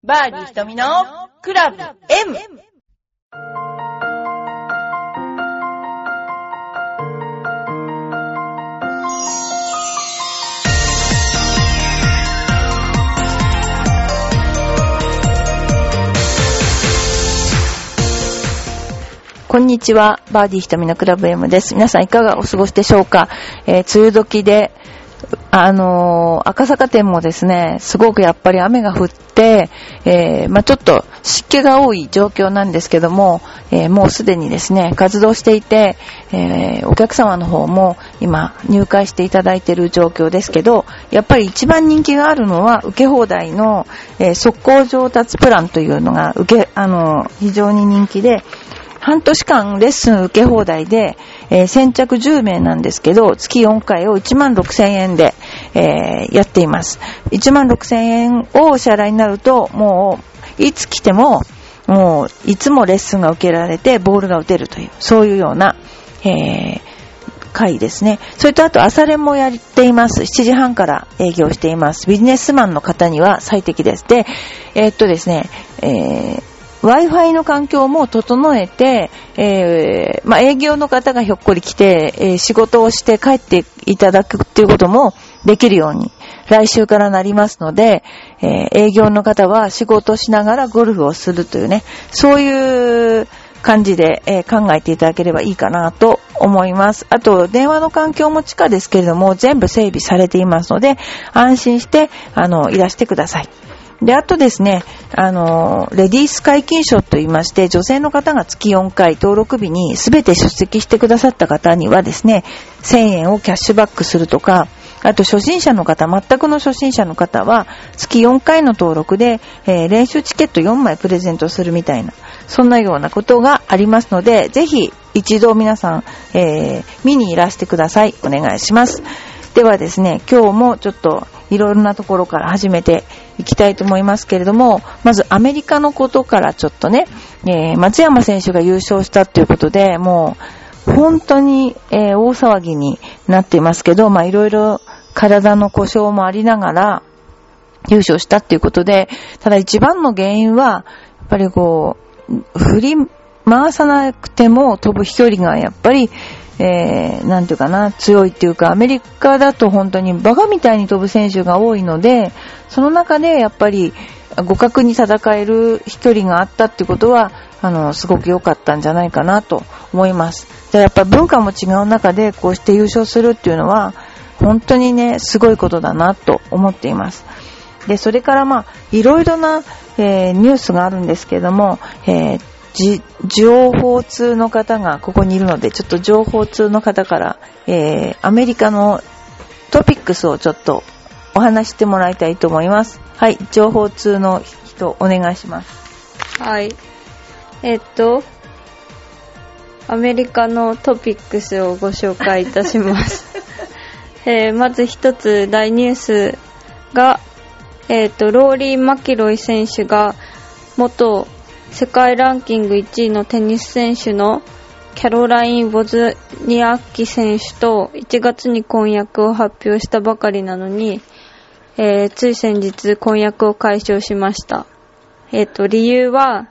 バーディー瞳のクラブ M。こんにちは、バーディー瞳のクラブ M です。皆さんいかがお過ごしでしょうか。梅雨時で赤坂店もですね、すごくやっぱり雨が降って、ちょっと湿気が多い状況なんですけども、もうすでにですね、活動していて、お客様の方も今入会していただいている状況ですけど、やっぱり一番人気があるのは受け放題の、速攻上達プランというのが非常に人気で、半年間レッスン受け放題で、先着10名なんですけど、月4回を16,000円で、やっています。16,000円をお支払いになると、もう、いつ来ても、もう、いつもレッスンが受けられて、ボールが打てるという、そういうような、会ですね。それとあと、朝練もやっています。7時半から営業しています。ビジネスマンの方には最適です。で、ですね、Wi-Fi の環境も整えて、営業の方がひょっこり来て、仕事をして帰っていただくっていうこともできるように、来週からなりますので、営業の方は仕事しながらゴルフをするというね、そういう感じで、考えていただければいいかなと思います。あと、電話の環境も地下ですけれども、全部整備されていますので、安心して、いらしてください。で、あとですね、レディース解禁賞と言いまして、女性の方が月4回登録日に全て出席してくださった方にはですね、1000円をキャッシュバックするとか、あと初心者の方、全くの初心者の方は、月4回の登録で、練習チケット4枚プレゼントするみたいな、そんなようなことがありますので、ぜひ一度皆さん、見にいらしてください。お願いします。ではですね、今日もちょっといろいろなところから始めていきたいと思いますけれども、まずアメリカのことからちょっとね、松山選手が優勝したということで、もう本当に、大騒ぎになっていますけど、いろいろ体の故障もありながら優勝したっていうことで、ただ一番の原因は、やっぱりこう、振り回さなくても飛ぶ飛距離がやっぱりなんていうかな、強いっていうか、アメリカだと本当にバカみたいに飛ぶ選手が多いので、その中でやっぱり互角に戦える飛距離があったっていうことは、すごく良かったんじゃないかなと思います。で、やっぱ文化も違う中でこうして優勝するっていうのは、本当にね、すごいことだなと思っています。で、それからいろいろな、ニュースがあるんですけれども、情報通の方がここにいるので、ちょっと情報通の方から、アメリカのトピックスをちょっとお話してもらいたいと思います。はい、情報通の人お願いします。 はい。アメリカのトピックスをご紹介いたします。まず一つ大ニュースが、ローリー・マキロイ選手が元世界ランキング1位のテニス選手のキャロライン・ウォズニアッキ選手と1月に婚約を発表したばかりなのに、つい先日婚約を解消しました。理由は、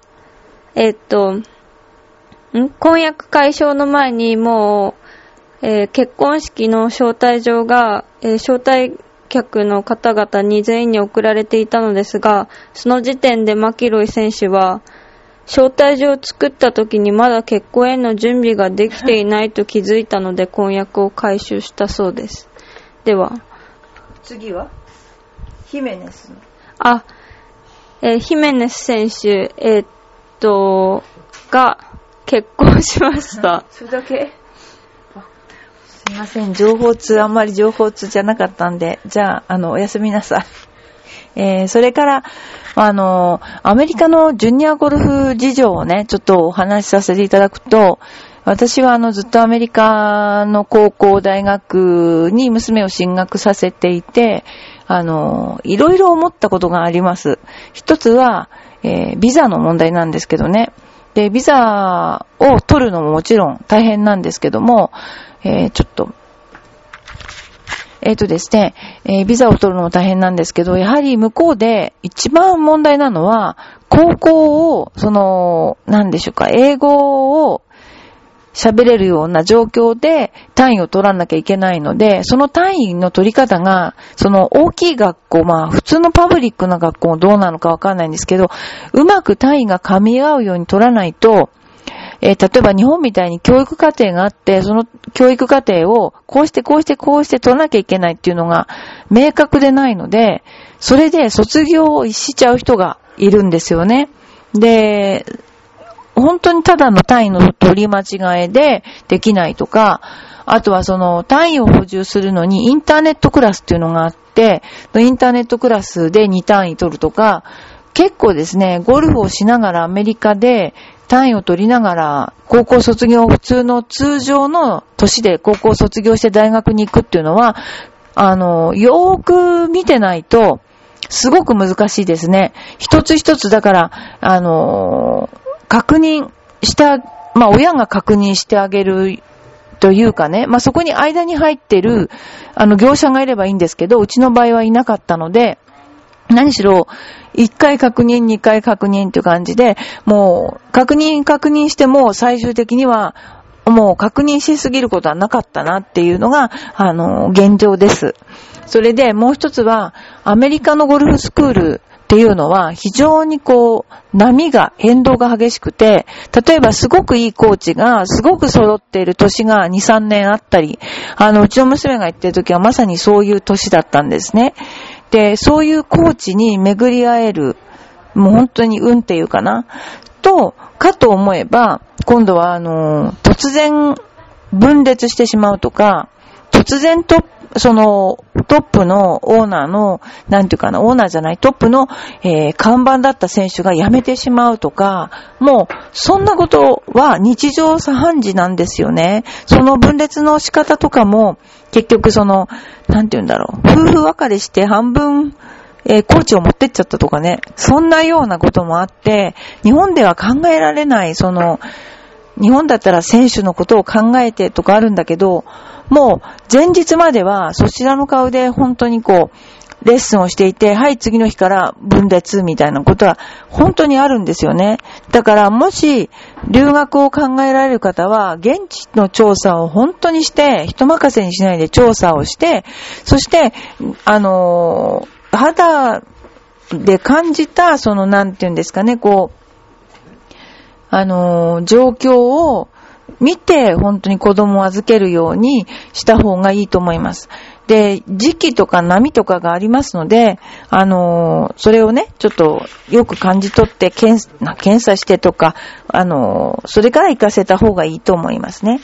婚約解消の前にもう、結婚式の招待状が、招待客の方々に全員に送られていたのですが、その時点でマキロイ選手は、招待状を作った時にまだ結婚への準備ができていないと気づいたので婚約を解消したそうです。では次はヒメネスヒメネス選手が結婚しました。 それだけ？すいません、情報通あんまり情報通じゃなかったんで、じゃあおやすみなさい。それからアメリカのジュニアゴルフ事情をね、ちょっとお話しさせていただくと、私はずっとアメリカの高校、大学に娘を進学させていて、いろいろ思ったことがあります。一つは、ビザの問題なんですけどね。で、ビザを取るのももちろん大変なんですけども、ちょっと、 ですね、ビザを取るのも大変なんですけど、やはり向こうで一番問題なのは、高校を、なんでしょうか、英語を喋れるような状況で単位を取らなきゃいけないので、その単位の取り方が、大きい学校、普通のパブリックな学校もどうなのかわかんないんですけど、うまく単位が噛み合うように取らないと、例えば日本みたいに教育課程があって、その教育課程をこうして取らなきゃいけないっていうのが明確でないので、それで卒業をしちゃう人がいるんですよね。で、本当にただの単位の取り間違えでできないとか、あとは単位を補充するのにインターネットクラスっていうのがあって、インターネットクラスで2単位取るとか、結構ですね、ゴルフをしながらアメリカで単位を取りながら高校卒業、普通の通常の年で高校を卒業して大学に行くっていうのは、よーく見てないとすごく難しいですね。一つ一つだから、確認した、親が確認してあげるというかね、そこに間に入ってる、業者がいればいいんですけど、うちの場合はいなかったので、何しろ、1回確認、2回確認っていう感じで、もう、確認しても、最終的には、もう確認しすぎることはなかったなっていうのが、現状です。それで、もう一つは、アメリカのゴルフスクールっていうのは、非常に変動が激しくて、例えばすごくいいコーチが、すごく揃っている年が2、3年あったり、うちの娘が行ってる時はまさにそういう年だったんですね。で、そういうコーチに巡り会える、もう本当に運っていうかな、かと思えば、今度は突然分裂してしまうとか、突然トップのオーナーの、オーナーじゃない、トップの、看板だった選手が辞めてしまうとか、もう、そんなことは日常茶飯事なんですよね。その分裂の仕方とかも、結局夫婦別れして半分、コーチを持ってっちゃったとかね、そんなようなこともあって、日本では考えられない、日本だったら選手のことを考えてとかあるんだけど、もう前日まではそちらの顔で本当にレッスンをしていて、はい、次の日から分裂みたいなことは本当にあるんですよね。だからもし留学を考えられる方は、現地の調査を本当にして、人任せにしないで調査をして、そして、肌で感じた、状況を見て、本当に子供を預けるようにした方がいいと思います。で、時期とか波とかがありますので、それをね、ちょっとよく感じ取って検査してとか、それから行かせた方がいいと思いますね。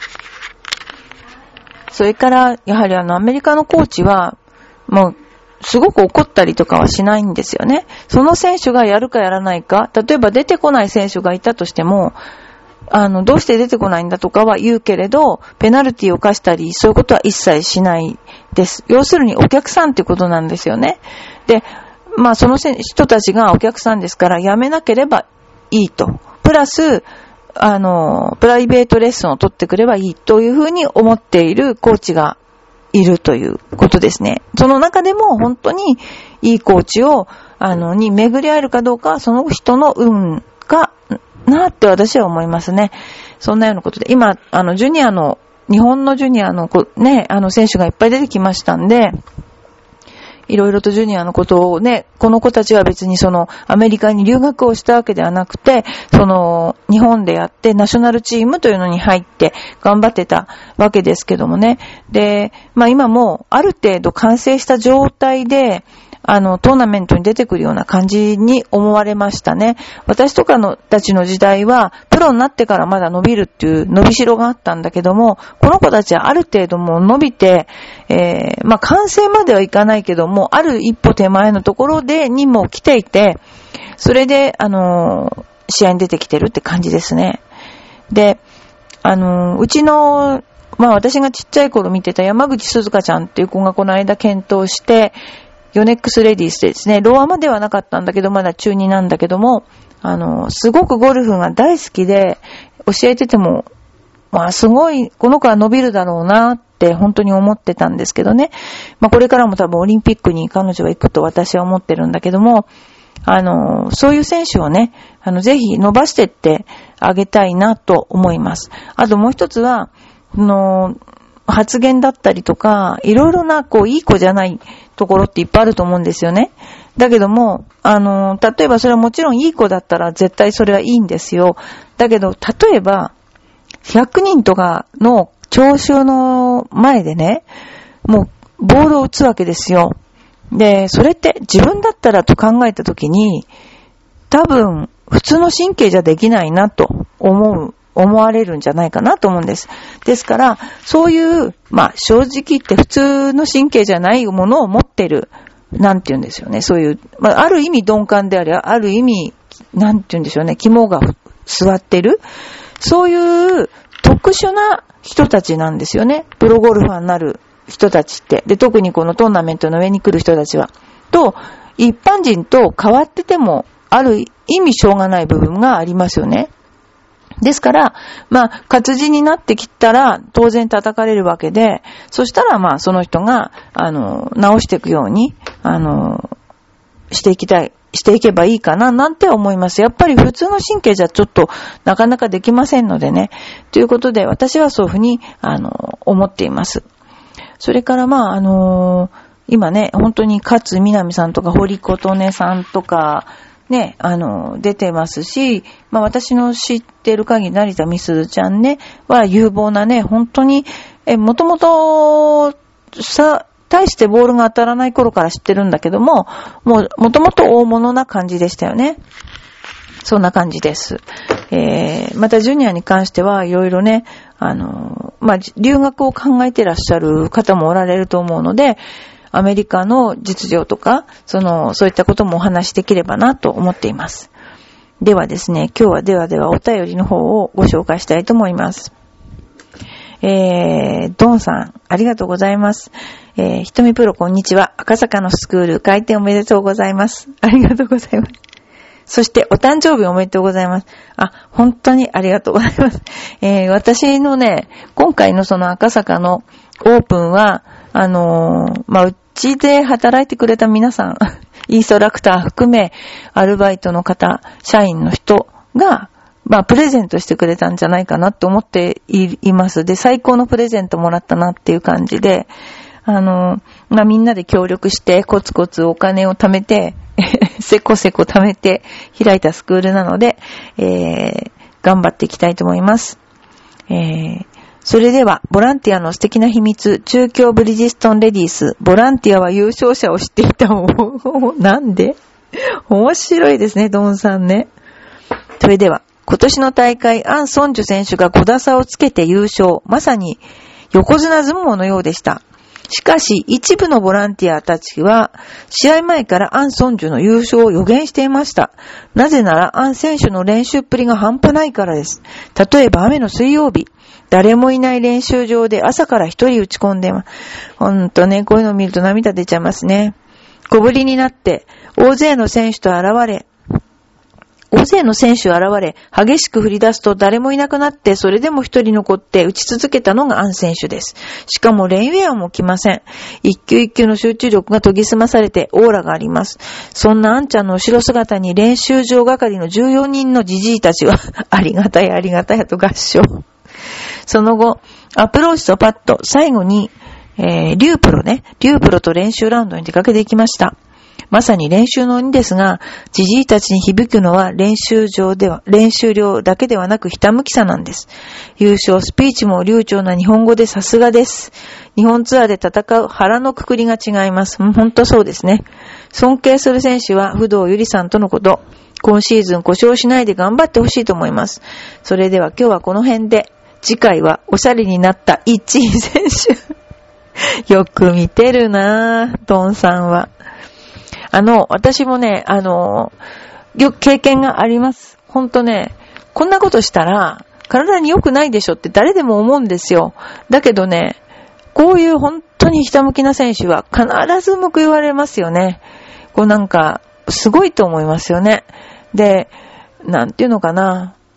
それから、やはりアメリカのコーチは、もう、すごく怒ったりとかはしないんですよね。その選手がやるかやらないか、例えば出てこない選手がいたとしても、どうして出てこないんだとかは言うけれど、ペナルティを課したり、そういうことは一切しないです。要するにお客さんってことなんですよね。で、その人たちがお客さんですから、やめなければいいと。プラス、プライベートレッスンを取ってくればいいというふうに思っているコーチがいるということですね。その中でも本当にいいコーチに巡り合えるかどうかはその人の運かなって私は思いますね。そんなようなことで。今、日本のジュニアの選手がいっぱい出てきましたんで、いろいろとジュニアのことをね、この子たちは別にアメリカに留学をしたわけではなくて、日本でやってナショナルチームというのに入って頑張ってたわけですけどもね。で、今もある程度完成した状態で、トーナメントに出てくるような感じに思われましたね。私とかたちの時代は、プロになってからまだ伸びるっていう伸びしろがあったんだけども、この子たちはある程度もう伸びて、完成まではいかないけども、ある一歩手前のところにも来ていて、それで、試合に出てきてるって感じですね。で、うちの、私がちっちゃい頃見てた山口鈴香ちゃんっていう子がこの間検討して、ヨネックスレディースでですね、ローアマではなかったんだけど、まだ中2なんだけども、すごくゴルフが大好きで、教えてても、すごい、この子は伸びるだろうなっって本当に思ってたんですけどね。これからも多分オリンピックに彼女は行くと私は思ってるんだけども、そういう選手をね、ぜひ伸ばしてってあげたいなと思います。あともう一つは、発言だったりとか、いろいろな、いい子じゃないところっていっぱいあると思うんですよね。だけども、例えばそれはもちろんいい子だったら絶対それはいいんですよ。だけど、例えば、100人とかの聴衆の前でね、もう、ボールを打つわけですよ。で、それって自分だったらと考えたときに、多分、普通の神経じゃできないなと思われるんじゃないかなと思うんです。ですから、そういう、正直言って普通の神経じゃないものを持ってる、なんて言うんですよね。そういう、ある意味鈍感であり、ある意味、なんて言うんでしょうね。肝が座ってる。そういう特殊な人たちなんですよね。プロゴルファーになる人たちって。で、特にこのトーナメントの上に来る人たちは。と、一般人と変わってても、ある意味しょうがない部分がありますよね。ですから、活字になってきたら、当然叩かれるわけで、そしたらその人が、直していくように、していけばいいかな、なんて思います。やっぱり普通の神経じゃちょっと、なかなかできませんのでね。ということで、私はそういうふうに、思っています。それから今ね、本当に勝みなみさんとか、堀琴音さんとか、ね、出てますし、私の知ってる限り、成田みすずちゃんね、は有望なね、本当に、もともと、大してボールが当たらない頃から知ってるんだけども、もともと大物な感じでしたよね。そんな感じです。またジュニアに関してはいろいろね、留学を考えてらっしゃる方もおられると思うので、アメリカの実情とか、そういったこともお話しできればなと思っています。ではですね、今日はお便りの方をご紹介したいと思います。ドンさん、ありがとうございます。ひとみプロこんにちは。赤坂のスクール開店おめでとうございます。ありがとうございます。そしてお誕生日おめでとうございます。本当にありがとうございます。私のね、今回のその赤坂のオープンは、うちで働いてくれた皆さん、インストラクター含め、アルバイトの方、社員の人が、プレゼントしてくれたんじゃないかなと思っています。で、最高のプレゼントもらったなっていう感じで、みんなで協力してコツコツお金を貯めて、せこせこ貯めて開いたスクールなので、頑張っていきたいと思います。それでは、ボランティアの素敵な秘密、中京ブリヂストンレディース、ボランティアは優勝者を知っていたもん。なんで？面白いですね、ドンさんね。それでは、今年の大会、アン・ソンジュ選手が5打差をつけて優勝。まさに、横綱相撲のようでした。しかし、一部のボランティアたちは、試合前からアン・ソンジュの優勝を予言していました。なぜなら、アン選手の練習っぷりが半端ないからです。例えば、雨の水曜日。誰もいない練習場で朝から一人打ち込んでます。ほんとね、こういうのを見ると涙出ちゃいますね。小ぶりになって、大勢の選手現れ、激しく振り出すと誰もいなくなって、それでも一人残って打ち続けたのがアン選手です。しかもレインウェアも着ません。一球一球の集中力が研ぎ澄まされてオーラがあります。そんなアンちゃんの後ろ姿に練習場係の14人のジジイたちは、ありがたいありがたいと合唱。その後、アプローチとパット、最後に、リュープロと練習ラウンドに出かけていきました。まさに練習の鬼ですが、ジジイたちに響くのは練習量だけではなくひたむきさなんです。優勝スピーチも流暢な日本語でさすがです。日本ツアーで戦う腹のくくりが違います。本当そうですね。尊敬する選手は不動ゆりさんとのこと。今シーズン故障しないで頑張ってほしいと思います。それでは今日はこの辺で、次回はおしゃれになった1位選手。よく見てるなぁ、ドンさんは。私もね、よく経験があります。ほんとね、こんなことしたら、体に良くないでしょって誰でも思うんですよ。だけどね、こういう本当にひたむきな選手は必ず報いわれますよね。こうなんか、すごいと思いますよね。で、なんていうのかな。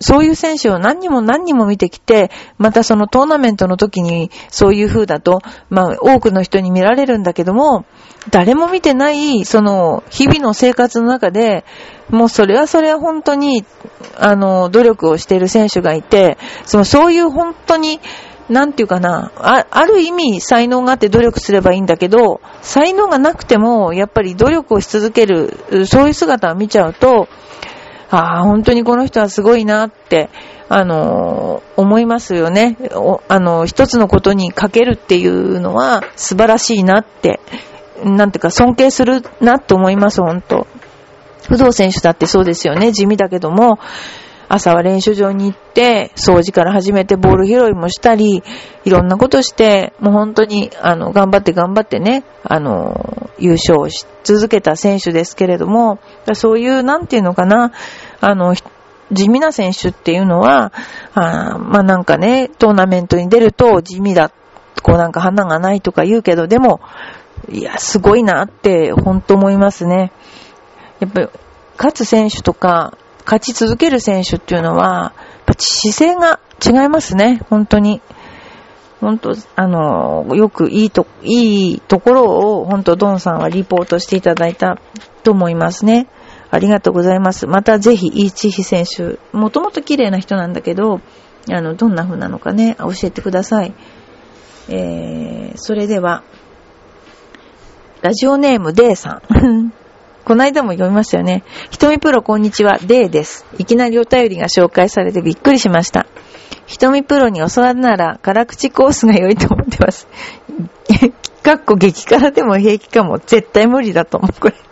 そういう選手を何人も見てきて、またそのトーナメントの時にそういう風だと、多くの人に見られるんだけども、誰も見てない、その、日々の生活の中で、もうそれは本当に、努力をしている選手がいて、そういう本当に、なんていうかな、ある意味才能があって努力すればいいんだけど、才能がなくても、やっぱり努力をし続ける、そういう姿を見ちゃうと、本当にこの人はすごいなって、思いますよね。一つのことにかけるっていうのは素晴らしいなって、なんていうか尊敬するなって思います、本当。不動選手だってそうですよね。地味だけども、朝は練習場に行って、掃除から始めてボール拾いもしたり、いろんなことして、もう本当に、頑張ってね、優勝し続けた選手ですけれども、そういう、なんていうのかな、地味な選手っていうのは、なんかね、トーナメントに出ると地味だ、なんか花がないとか言うけど、でも、いや、すごいなって、本当思いますね。やっぱり、勝つ選手とか、勝ち続ける選手っていうのは、姿勢が違いますね、本当に。本当、よくいいところを、本当、ドンさんはリポートしていただいたと思いますね。ありがとうございます。またぜひ、イーチヒ選手、もともと綺麗な人なんだけど、どんな風なのかね、教えてください。それでは、ラジオネームデイさん。この間も読みましたよね。ひとみプロこんにちは、デイです。いきなりお便りが紹介されてびっくりしました。ひとみプロに教わるなら辛口コースが良いと思ってます。かっこ激辛でも平気かも。絶対無理だと思う、これ。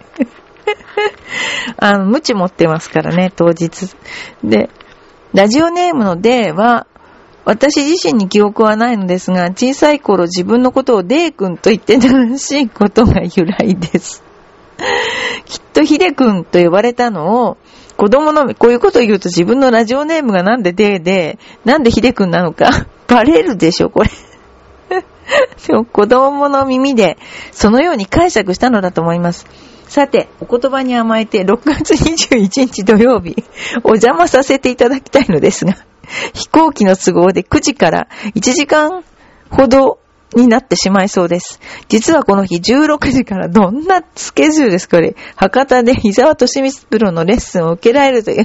無知持ってますからね、当日。で、ラジオネームのデイは、私自身に記憶はないのですが、小さい頃自分のことをデイ君と言ってたらしいことが由来です。きっとヒデ君と呼ばれたのを、子供の、こういうことを言うと自分のラジオネームがなんでデイで、なんでヒデ君なのか、バレるでしょ、これ。でも子供の耳で、そのように解釈したのだと思います。さて、お言葉に甘えて、6月21日土曜日、お邪魔させていただきたいのですが、飛行機の都合で9時から1時間ほどになってしまいそうです。実はこの日16時からどんなスケジュールですか、これ。博多で伊沢敏光プロのレッスンを受けられるという。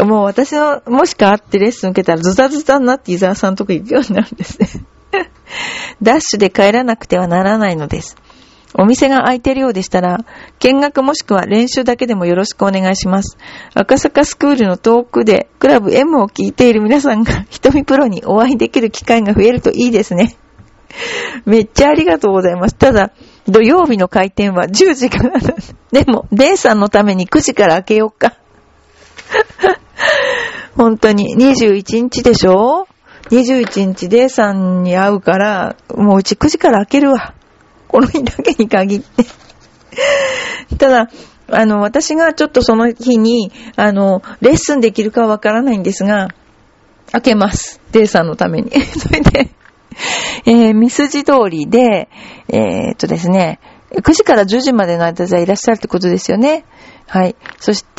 もう私の、もしか会ってレッスン受けたらズタズタになって伊沢さんのとこ行くようになるんですね。ダッシュで帰らなくてはならないのです。お店が開いているようでしたら、見学もしくは練習だけでもよろしくお願いします。赤坂スクールの遠くでクラブ M を聞いている皆さんがひとみプロにお会いできる機会が増えるといいですね。めっちゃありがとうございます。ただ、土曜日の開店は10時から。でも、デイさんのために9時から開けようか。本当に、21日でしょ ?21 日デイさんに会うから、もううち9時から開けるわ。この日だけに限って。ただ、私がちょっとその日に、レッスンできるかわからないんですが、開けます。デイさんのために。それで、ミスジ通りで、ですね、9時から10時までの間じゃいらっしゃるってことですよね。はい。そして、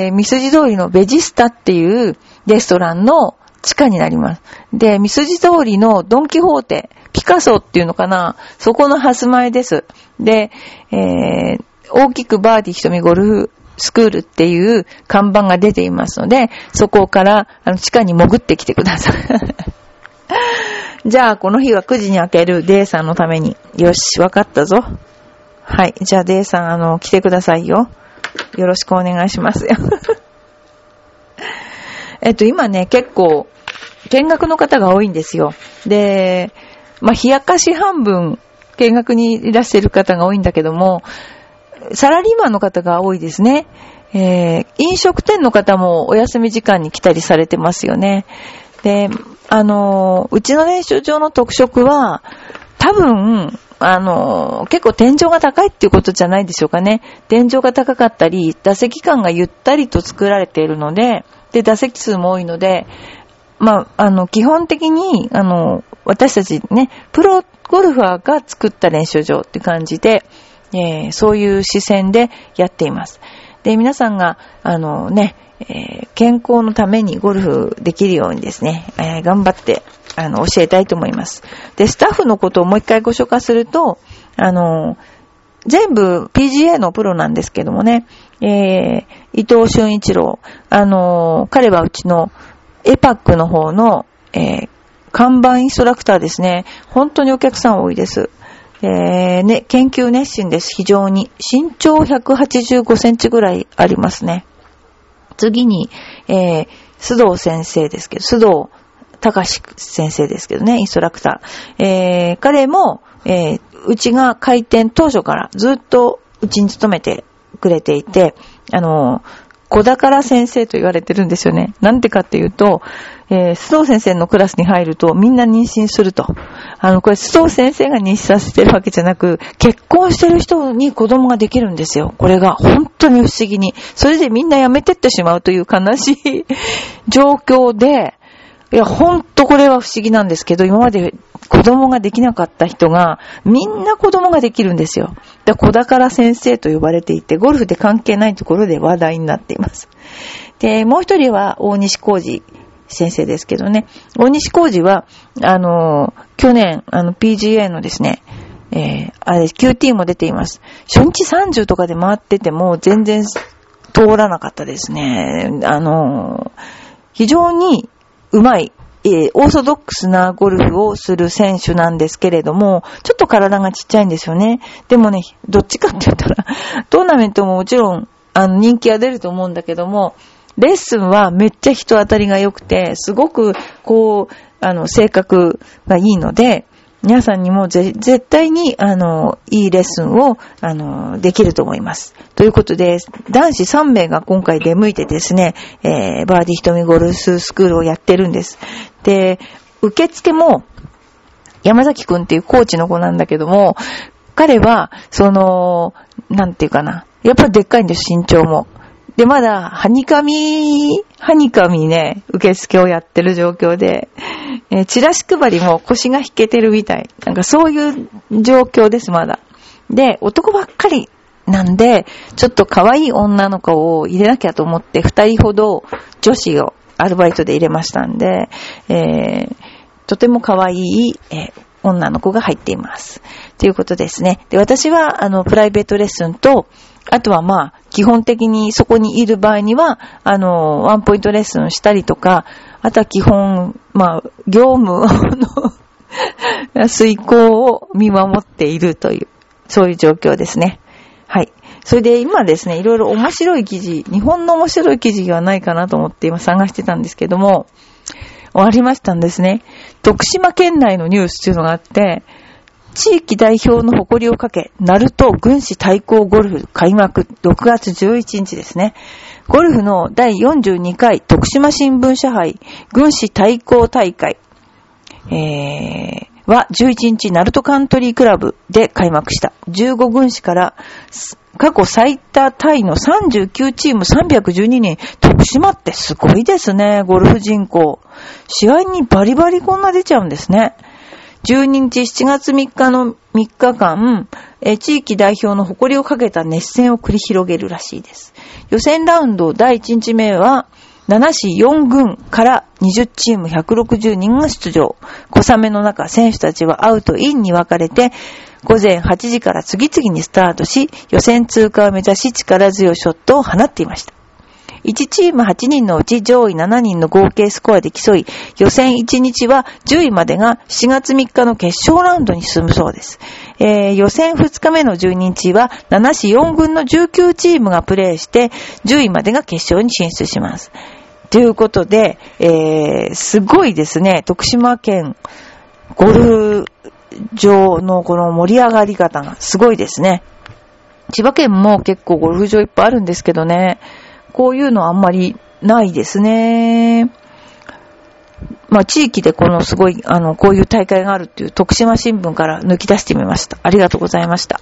ミスジ通りのベジスタっていうレストランの地下になります。で、ミスジ通りのドンキホーテ、ピカソっていうのかな、そこのハス前です。で、大きくバーディーひとみゴルフスクールっていう看板が出ていますので、そこから地下に潜ってきてください。じゃあ、この日は9時に開けるデイさんのために。よし、わかったぞ。はい。じゃあ、デイさん、来てくださいよ。よろしくお願いしますよ。今ね、結構、見学の方が多いんですよ。で、冷やかし半分、見学にいらっしゃる方が多いんだけども、サラリーマンの方が多いですね。飲食店の方もお休み時間に来たりされてますよね。で、うちの練習場の特色は、多分、結構天井が高いっていうことじゃないでしょうかね。天井が高かったり、打席間がゆったりと作られているので、で、打席数も多いので、基本的に、私たちね、プロゴルファーが作った練習場って感じで、そういう視線でやっています。 で、皆さんが、健康のためにゴルフできるようにですね、頑張って、教えたいと思います。で、スタッフのことをもう一回ご紹介すると、全部 PGA のプロなんですけどもね、伊藤俊一郎、彼はうちのエパックの方の、看板インストラクターですね。本当にお客さん多いです。研究熱心です。非常に。身長185センチぐらいありますね。次に、須藤先生ですけど、須藤隆先生ですけどね、インストラクター。彼も、うちが開店当初からずっとうちに勤めてくれていて、子宝先生と言われてるんですよね。なんてかっていうと、須藤先生のクラスに入るとみんな妊娠すると。これ須藤先生が妊娠させてるわけじゃなく、結婚してる人に子供ができるんですよ。これが本当に不思議に。それでみんな辞めてってしまうという悲しい状況で、いや、ほんとこれは不思議なんですけど、今まで子供ができなかった人が、みんな子供ができるんですよ。子宝先生と呼ばれていて、ゴルフで関係ないところで話題になっています。で、もう一人は大西浩二先生ですけどね。大西浩二は、去年、PGA のですね、QT も出ています。初日30とかで回ってても全然通らなかったですね。非常にうまい、オーソドックスなゴルフをする選手なんですけれども、ちょっと体がちっちゃいんですよね。でもね、どっちかって言ったら、トーナメントももちろん、人気は出ると思うんだけども、レッスンはめっちゃ人当たりが良くて、すごく、性格がいいので、皆さんにも絶対に、いいレッスンを、できると思います。ということで、男子3名が今回出向いてですね、バーディひとみゴルフスクールをやってるんです。で、受付も、山崎くんっていうコーチの子なんだけども、彼は、なんていうかな、やっぱりでっかいんです、身長も。で、まだ、はにかみね、受付をやってる状況で、チラシ配りも腰が引けてるみたい。なんかそういう状況です、まだ。で、男ばっかりなんで、ちょっと可愛い女の子を入れなきゃと思って、2人ほど女子をアルバイトで入れましたんで、とても可愛い、女の子が入っています。ということですね。で、私は、プライベートレッスンと、あとは基本的にそこにいる場合には、ワンポイントレッスンしたりとか、あとは基本、業務の遂行を見守っているという、そういう状況ですね。はい。それで今ですね、いろいろ面白い記事、日本の面白い記事がないかなと思って今探してたんですけども、終わりましたんですね。徳島県内のニュースっていうのがあって、地域代表の誇りをかけ、鳴門軍師対抗ゴルフ開幕6月11日ですね。ゴルフの第42回徳島新聞社杯軍師対抗大会、は11日鳴門カントリークラブで開幕した。15軍師から過去最多タイの39チーム312人。徳島ってすごいですね、ゴルフ人口。試合にバリバリこんな出ちゃうんですね。12日7月3日の3日間、地域代表の誇りをかけた熱戦を繰り広げるらしいです。予選ラウンド第1日目は、7市4軍から20チーム160人が出場。小雨の中、選手たちはアウトインに分かれて、午前8時から次々にスタートし、予選通過を目指し力強いショットを放っていました。1チーム8人のうち上位7人の合計スコアで競い、予選1日は10位までが7月3日の決勝ラウンドに進むそうです。予選2日目の12日は7市4軍の19チームがプレーして10位までが決勝に進出します。ということで、すごいですね。徳島県ゴルフ場のこの盛り上がり方がすごいですね。千葉県も結構ゴルフ場いっぱいあるんですけどね。こういうのあんまりないですね。地域でこのすごい、こういう大会があるっていう徳島新聞から抜き出してみました。ありがとうございました。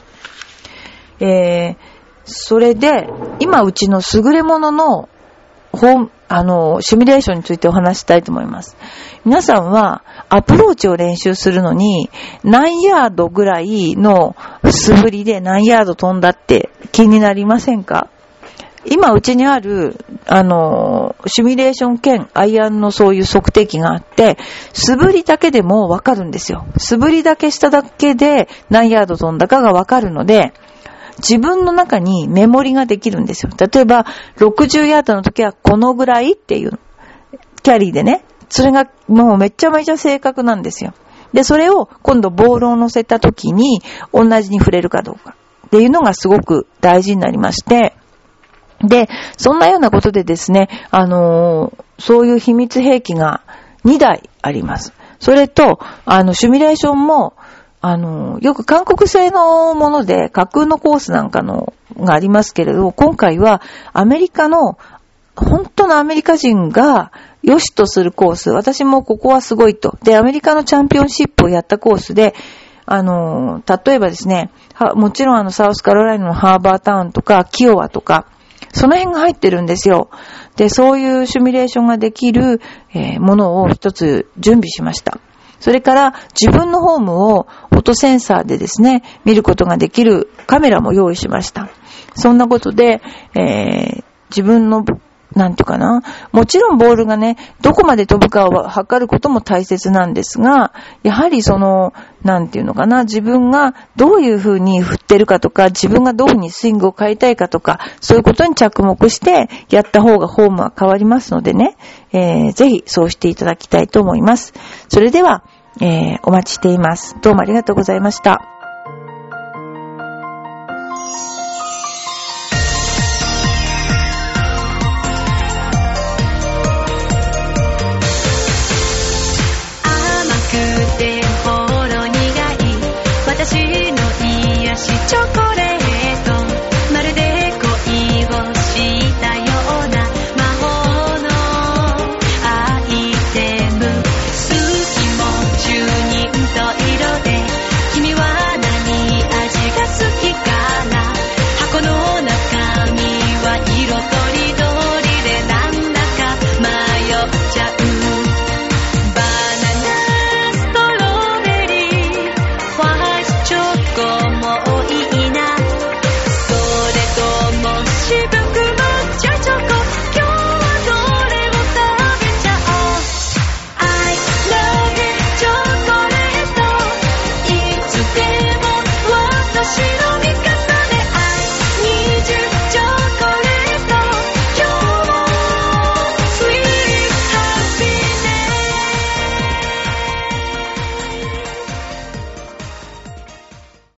それで、今うちの優れもののシミュレーションについてお話したいと思います。皆さんはアプローチを練習するのに何ヤードぐらいの素振りで何ヤード飛んだって気になりませんか？ 今うちにある、シミュレーション兼アイアンのそういう測定器があって、素振りだけでもわかるんですよ。素振りだけしただけで何ヤード飛んだかがわかるので、自分の中にメモリができるんですよ。例えば、60ヤードの時はこのぐらいっていう、キャリーでね、それがもうめちゃめちゃ正確なんですよ。で、それを今度ボールを乗せた時に同じに触れるかどうかっていうのがすごく大事になりまして、で、そんなようなことでですね、そういう秘密兵器が2台あります。それと、シミュレーションも、よく韓国製のもので架空のコースなんかのがありますけれど、今回はアメリカの、本当のアメリカ人が良しとするコース、私もここはすごいと。で、アメリカのチャンピオンシップをやったコースで、例えばですね、もちろんサウスカロライナのハーバータウンとか、キオワとか、その辺が入ってるんですよ。で、そういうシミュレーションができる、ものを一つ準備しました。それから自分のホームをフォトセンサーでですね、見ることができるカメラも用意しました。そんなことで、自分のなんていうかな。もちろんボールがね、どこまで飛ぶかを測ることも大切なんですが、やはりなんていうのかな、自分がどういう風に振ってるかとか、自分がどういう風にスイングを変えたいかとか、そういうことに着目してやった方がフォームは変わりますのでね、ぜひそうしていただきたいと思います。それでは、お待ちしています。どうもありがとうございました。